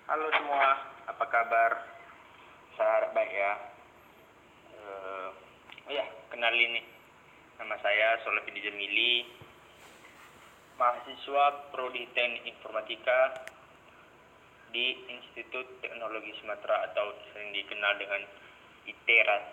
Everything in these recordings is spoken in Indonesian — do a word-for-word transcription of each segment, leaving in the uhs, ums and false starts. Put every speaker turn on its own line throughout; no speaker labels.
Halo semua, apa kabar? Saya harap baik ya. Uh, oh ya, kenalin nih. Nama saya Solevindi Jamili, mahasiswa Prodi Teknik Informatika di Institut Teknologi Sumatera atau sering dikenal dengan I T E R A S.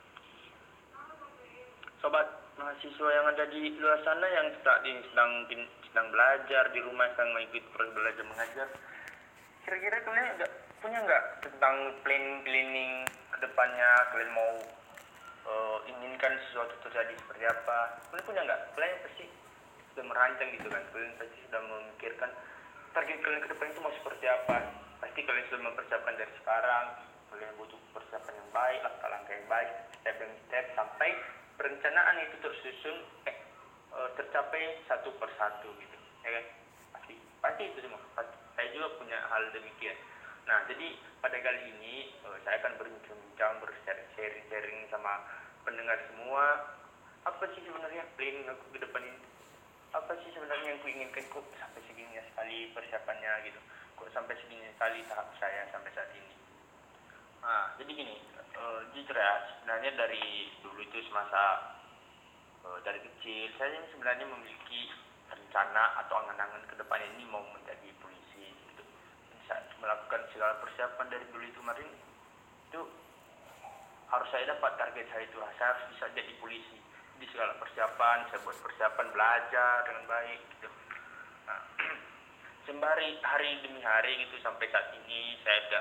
Sobat mahasiswa yang ada di luar sana yang saat ini sedang sedang belajar di rumah, sedang mengikuti proses belajar mengajar, kira-kira kalian ada punya nggak tentang planning-planning kedepannya? Kalian mau uh, inginkan sesuatu terjadi seperti apa? Kalian punya nggak? Kalian pasti sudah merancang gitu kan? Kalian pasti sudah memikirkan target kalian ke depan itu mau seperti apa? Pasti kalian sudah mempersiapkan dari sekarang. Kalian butuh persiapan yang baik, langkah-langkah yang baik, step demi step, sampai perencanaan itu tersusun eh, uh, tercapai satu persatu gitu, ya kan? Pasti, pasti itu semua. Pasti. Saya juga punya hal demikian. Nah, jadi pada kali ini uh, saya akan berbincang, bersharing-sharing sama pendengar semua. Apa sih sebenarnya planning aku ke depan ini? Apa sih sebenarnya yang kuinginkan, kok sampai segini sekali persiapannya gitu? Kok sampai segini sekali tahap saya sampai saat ini? Nah, jadi gini, uh, jujur ya, sebenarnya dari dulu itu semasa uh, dari kecil saya sebenarnya memiliki rencana atau angan-angan ke depan ini mau menjadi polisi gitu. Bisa melakukan segala persiapan dari dulu itu kemarin itu harus saya dapat target saya itu, saya harus bisa jadi polisi. Di segala persiapan saya buat persiapan, belajar dengan baik gitu. Nah, sembari hari demi hari gitu sampai saat ini saya udah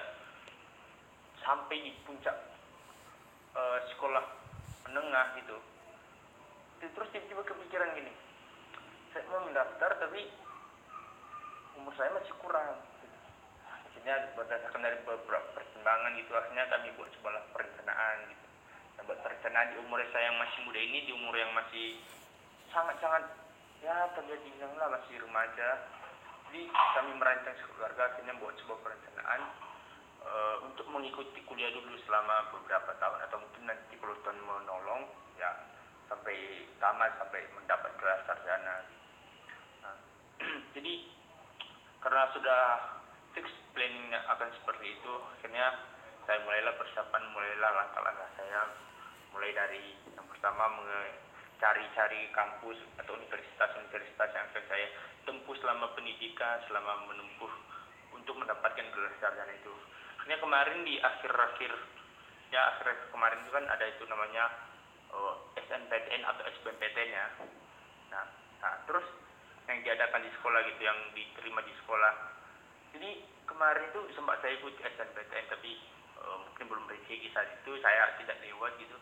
sampai di puncak uh, sekolah menengah gitu. Terus tiba-tiba kepikiran gini, saya mau mendaftar tapi umur saya masih kurang. Akhirnya berdasarkan dari beberapa pertimbangan gitu, akhirnya kami buat sebuah perencanaan gitu. Nah, buat perencanaan di umur saya yang masih muda ini, di umur yang masih sangat-sangat ya terjadi yang lah masih remaja. Jadi kami merancang sekeluarga akhirnya buat sebuah perencanaan uh, untuk mengikuti kuliah dulu selama beberapa tahun, atau mungkin nanti kalau Tuhan menolong ya sampai tamat, sampai mendapat gelar sarjana. Nah, jadi karena sudah fix planningnya akan seperti itu, akhirnya saya mulailah persiapan, mulailah langkah-langkah saya, mulai dari yang pertama mencari-cari kampus atau universitas-universitas yang akan saya tempuh selama pendidikan, selama menempuh untuk mendapatkan gelar sarjana itu. Akhirnya kemarin di akhir-akhir ya akhir kemarin itu kan ada itu namanya uh, S N P T N atau S B M P T N ya. Nah, nah terus yang diadakan di sekolah gitu, yang diterima di sekolah. Jadi kemarin itu sempat saya ikut S N P T N, tapi uh, mungkin belum rezeki saat itu, saya tidak lewat gitu.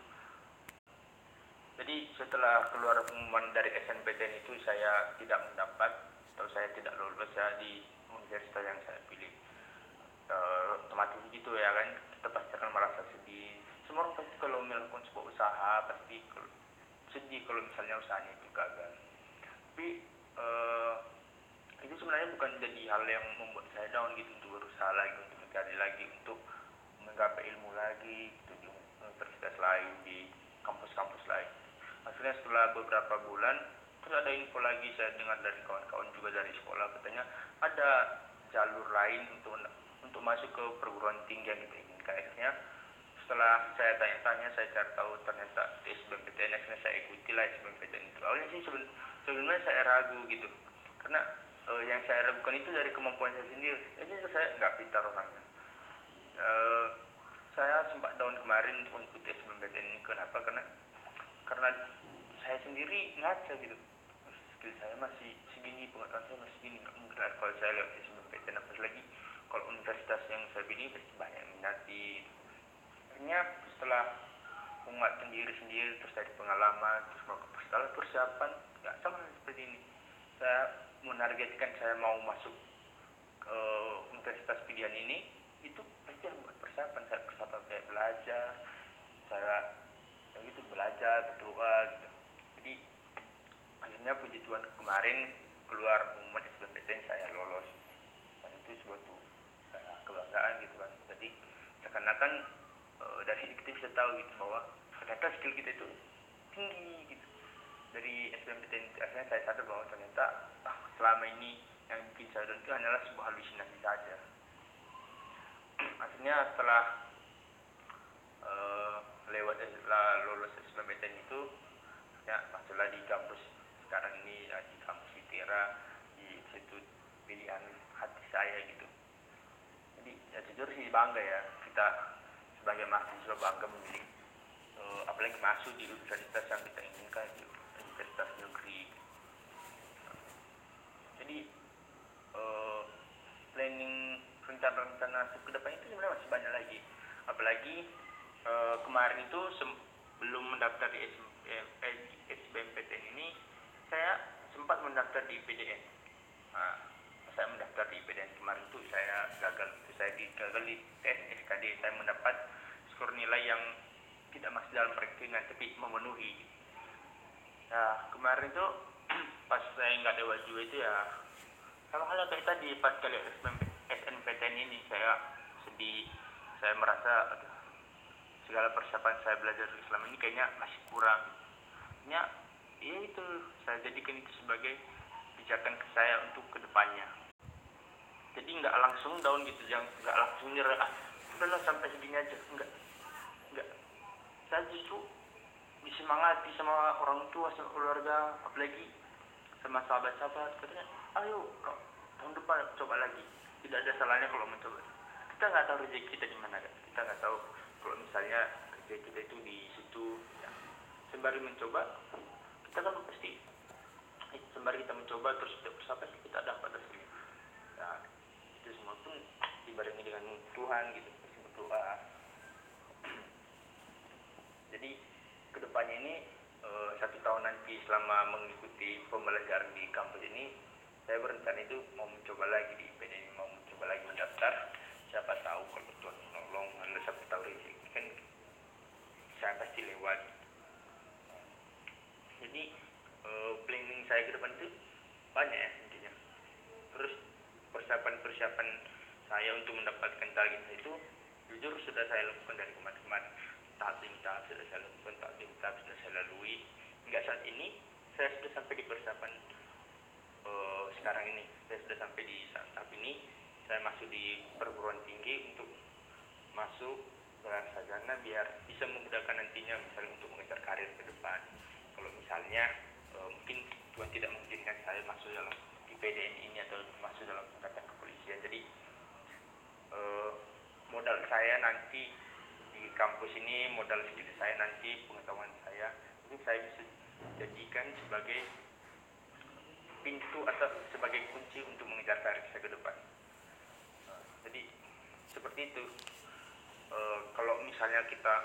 Jadi setelah keluar pengumuman dari S N P T N itu saya tidak mendapat atau saya tidak lolos ya di universitas yang saya pilih. Uh, otomatis gitu ya kan, kita pasti akan merasa sedih. Semua orang pasti kalau melakukan sebuah usaha pasti sedih kalau misalnya usahanya itu gagal. Tapi uh, itu sebenarnya bukan jadi hal yang membuat saya down gitu, untuk berusaha lagi, untuk mencari lagi, untuk menggapai ilmu lagi gitu, di universitas lain, di kampus-kampus lain. Akhirnya setelah beberapa bulan terus ada info lagi, saya dengar dari kawan-kawan juga dari sekolah, katanya ada jalur lain untuk untuk masuk ke perguruan tinggi yang kita inginkan. Akhirnya setelah saya tanya-tanya, saya cari tahu ternyata S B M P T N, akhirnya saya ikutilah S B M P T N itu. Awalnya sih sebelumnya saya ragu gitu, karena uh, yang saya ragukan itu dari kemampuan saya sendiri. Jadi saya nggak pintar orangnya. Uh, saya sempat down kemarin untuk ikut S B M P T N ini. Kenapa? Karena karena saya sendiri ngaca gitu, skill saya masih segini, pengetahuan saya masih segini, nggak mungkin kalau saya lewat S B M P T N, apalagi kalau universitas yang saya pilih pasti banyak minati. Akhirnya setelah menguatkan diri sendiri, terus dari pengalaman, terus melakukan segala persiapan, nggak sama seperti ini. Saya menargetkan saya mau masuk ke universitas pilihan ini, itu pasti harus buat persiapan. Saya persiapan, saya belajar, saya ya gitu belajar, berdoa gitu. Jadi akhirnya puji Tuhan kemarin keluar pengumuman S B M P T N, saya lolos. Dan itu suatu uh, kebanggaan gitu kan. Jadi seakan-akan uh, dari sini kita bisa tahu gitu bahwa ternyata skill kita itu tinggi gitu. Dari S B M P T N akhirnya saya sadar bahwa ternyata ah, selama ini yang bikin saya down itu hanyalah sebuah halusinasi saja. setelah uh, lewat setelah lulus S B M P T N itu ya masuklah di kampus sekarang ini ya, di kampus ITERA, di institut pilihan hati saya gitu. Jadi ya jujur sih bangga ya kita sebagai mahasiswa bangga memilih uh, apalagi masuk di universitas yang kita inginkan, di universitas negeri. Jadi uh, planning rencana-rencana ke depan itu sebenarnya masih banyak lagi. Apalagi uh, kemarin itu sebelum mendaftar di S B M P T N ini saya sempat mendaftar di I P D N. Nah, saya mendaftar di I P D N kemarin itu saya gagal, saya gagal di tes S K D, saya mendapat skor nilai yang tidak masuk dalam perhitungan tapi memenuhi. Nah kemarin itu pas saya nggak ada waju itu ya sama halnya kayak tadi pas kali S N P T N ini saya sedih, saya merasa aduh, segala persiapan saya belajar Islam ini kayaknya masih kurang. Ya, ya itu saya jadikan itu sebagai pijakan ke saya untuk kedepannya. Jadi nggak langsung down gitu, jangan nggak langsung nyerah. Ah, udahlah sampai segini aja, enggak, enggak. Saya justru disemangati sama orang tua, sama keluarga, apalagi sama sahabat-sahabat. Katanya, ayo kok tahun depan coba lagi. Tidak ada salahnya kalau mencoba. Kita nggak tahu rezeki kita di mana kan. Kita nggak tahu kalau misalnya kerja kita itu di situ. Ya. Sembari mencoba, kita kan pasti eh, sembari kita mencoba terus kita bersabar kita dapat hasilnya. Nah, itu semua pun dibarengi dengan Tuhan gitu, pasti berdoa. Jadi kedepannya ini eh, satu tahun nanti selama mengikuti pembelajaran di kampus ini, saya berencana itu mau mencoba lagi di I P D N, mau mencoba lagi mendaftar. Siapa tahu kalau Tuhan menolong, anda siapa tahu rezeki kan saya pasti lewat. Jadi eh, planning saya ke depan itu banyak ya intinya. Terus persiapan-persiapan saya untuk mendapatkan target itu jujur sudah saya lakukan dari kemarin-kemarin. Tahap demi tahap sudah saya lakukan, tahap demi tahap sudah saya lalui. Hingga saat ini saya sudah sampai di persiapan uh, sekarang ini. Saya sudah sampai di tahap ini. Saya masuk di perguruan tinggi untuk masuk gelar sarjana biar bisa memudahkan nantinya misalnya untuk mengejar karir ke depan. Kalau misalnya uh, mungkin Tuhan tidak mengizinkan saya masuk dalam I P D N ini atau masuk dalam angkatan kepolisian. Jadi uh, modal saya nanti di kampus ini, modal skill saya nanti, pengetahuan saya itu saya bisa jadikan sebagai pintu atau sebagai kunci untuk mengejar karir saya ke depan. Uh, jadi seperti itu. Uh, kalau misalnya kita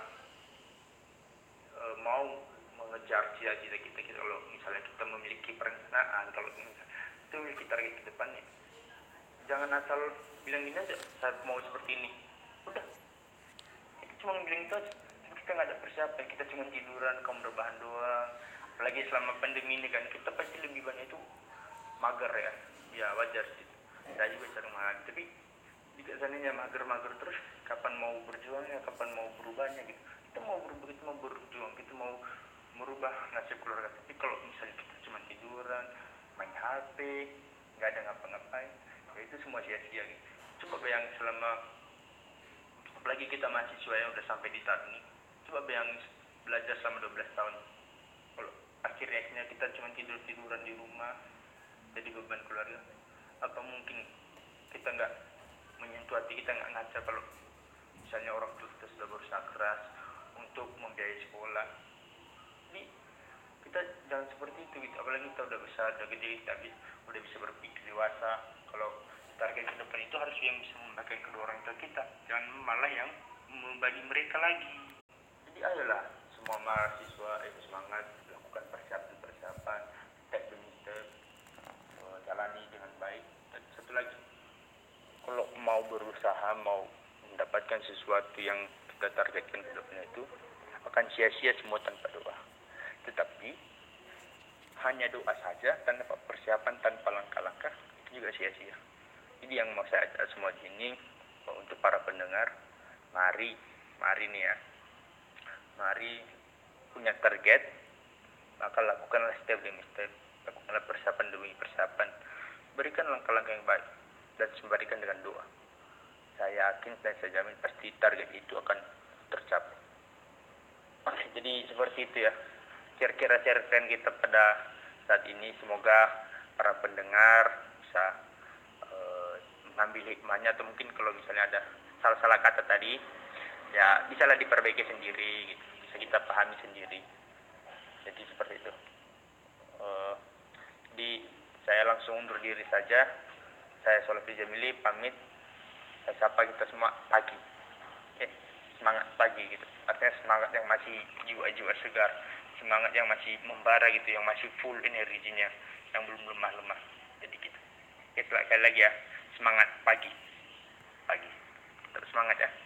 uh, mau mengejar cita-cita kita, kita, kalau misalnya kita memiliki perencanaan, kalau kita memiliki target ke depannya, jangan asal bilang gini aja, saya mau seperti ini. Udah, kita cuma bilang itu aja. Kita nggak ada persiapan, kita cuma tiduran, kamu berbahan doang. Apalagi selama pandemi ini kan, kita pasti lebih banyak itu mager ya. Ya wajar sih. Saya juga sering mager. Tapi jika seandainya mager-mager terus, kapan mau berjuangnya, kapan mau berubahnya gitu. Kita mau berubah, kita mau berjuang, kita mau merubah nasib keluarga. Tapi kalau misalnya kita cuma tiduran, main H P, nggak ada ngapa-ngapain, ya itu semua sia-sia gitu. Coba bayangin selama, apalagi kita mahasiswa yang udah sampai di tahap ini, coba bayangin belajar selama dua belas tahun. Kalau akhirnya kita cuma tidur-tiduran di rumah, jadi beban keluarga, apa mungkin kita nggak menyentuh hati, kita nggak ngaca kalau misalnya orang tua kita sudah berusaha keras untuk membiayai sekolah. Jadi kita jangan seperti itu gitu. Apalagi kita udah besar, udah gede, kita udah bisa berpikir dewasa. Kalau target ke depan itu harus yang bisa membagikan kedua orang tua kita, jangan malah yang membagi mereka lagi. Jadi ayolah semua mahasiswa itu semangat, lakukan persiapan-persiapan, step demi step, jalani dengan baik. Dan satu lagi, kalau mau berusaha, mau mendapatkan sesuatu yang kita targetkan ke depannya itu akan sia-sia semua tanpa doa. Tetapi hanya doa saja tanpa persiapan, tanpa langkah-langkah, itu juga sia-sia. Jadi yang mau saya ajak semua di sini, untuk para pendengar, mari, mari nih ya, mari punya target, maka lakukanlah step demi step, lakukanlah persiapan demi persiapan, berikan langkah-langkah yang baik, dan sembarikan dengan doa. Saya yakin dan saya jamin pasti target itu akan tercapai. Oke, jadi seperti itu ya kira-kira cerpen kita pada saat ini. Semoga para pendengar bisa uh, mengambil hikmahnya, atau mungkin kalau misalnya ada salah-salah kata tadi ya bisalah diperbaiki sendiri gitu. Bisa kita pahami sendiri. Jadi seperti itu. Uh, di saya langsung undur diri saja. Saya Solfi Jamili pamit. Saya sapa kita semua pagi. Eh, semangat pagi gitu. Artinya semangat yang masih jiwa-jiwa segar, semangat yang masih membara gitu, yang masih full energinya, yang belum lemah-lemah. Jadi gitu. Oke, sekali lagi ya, semangat pagi. Pagi. Terus semangat ya.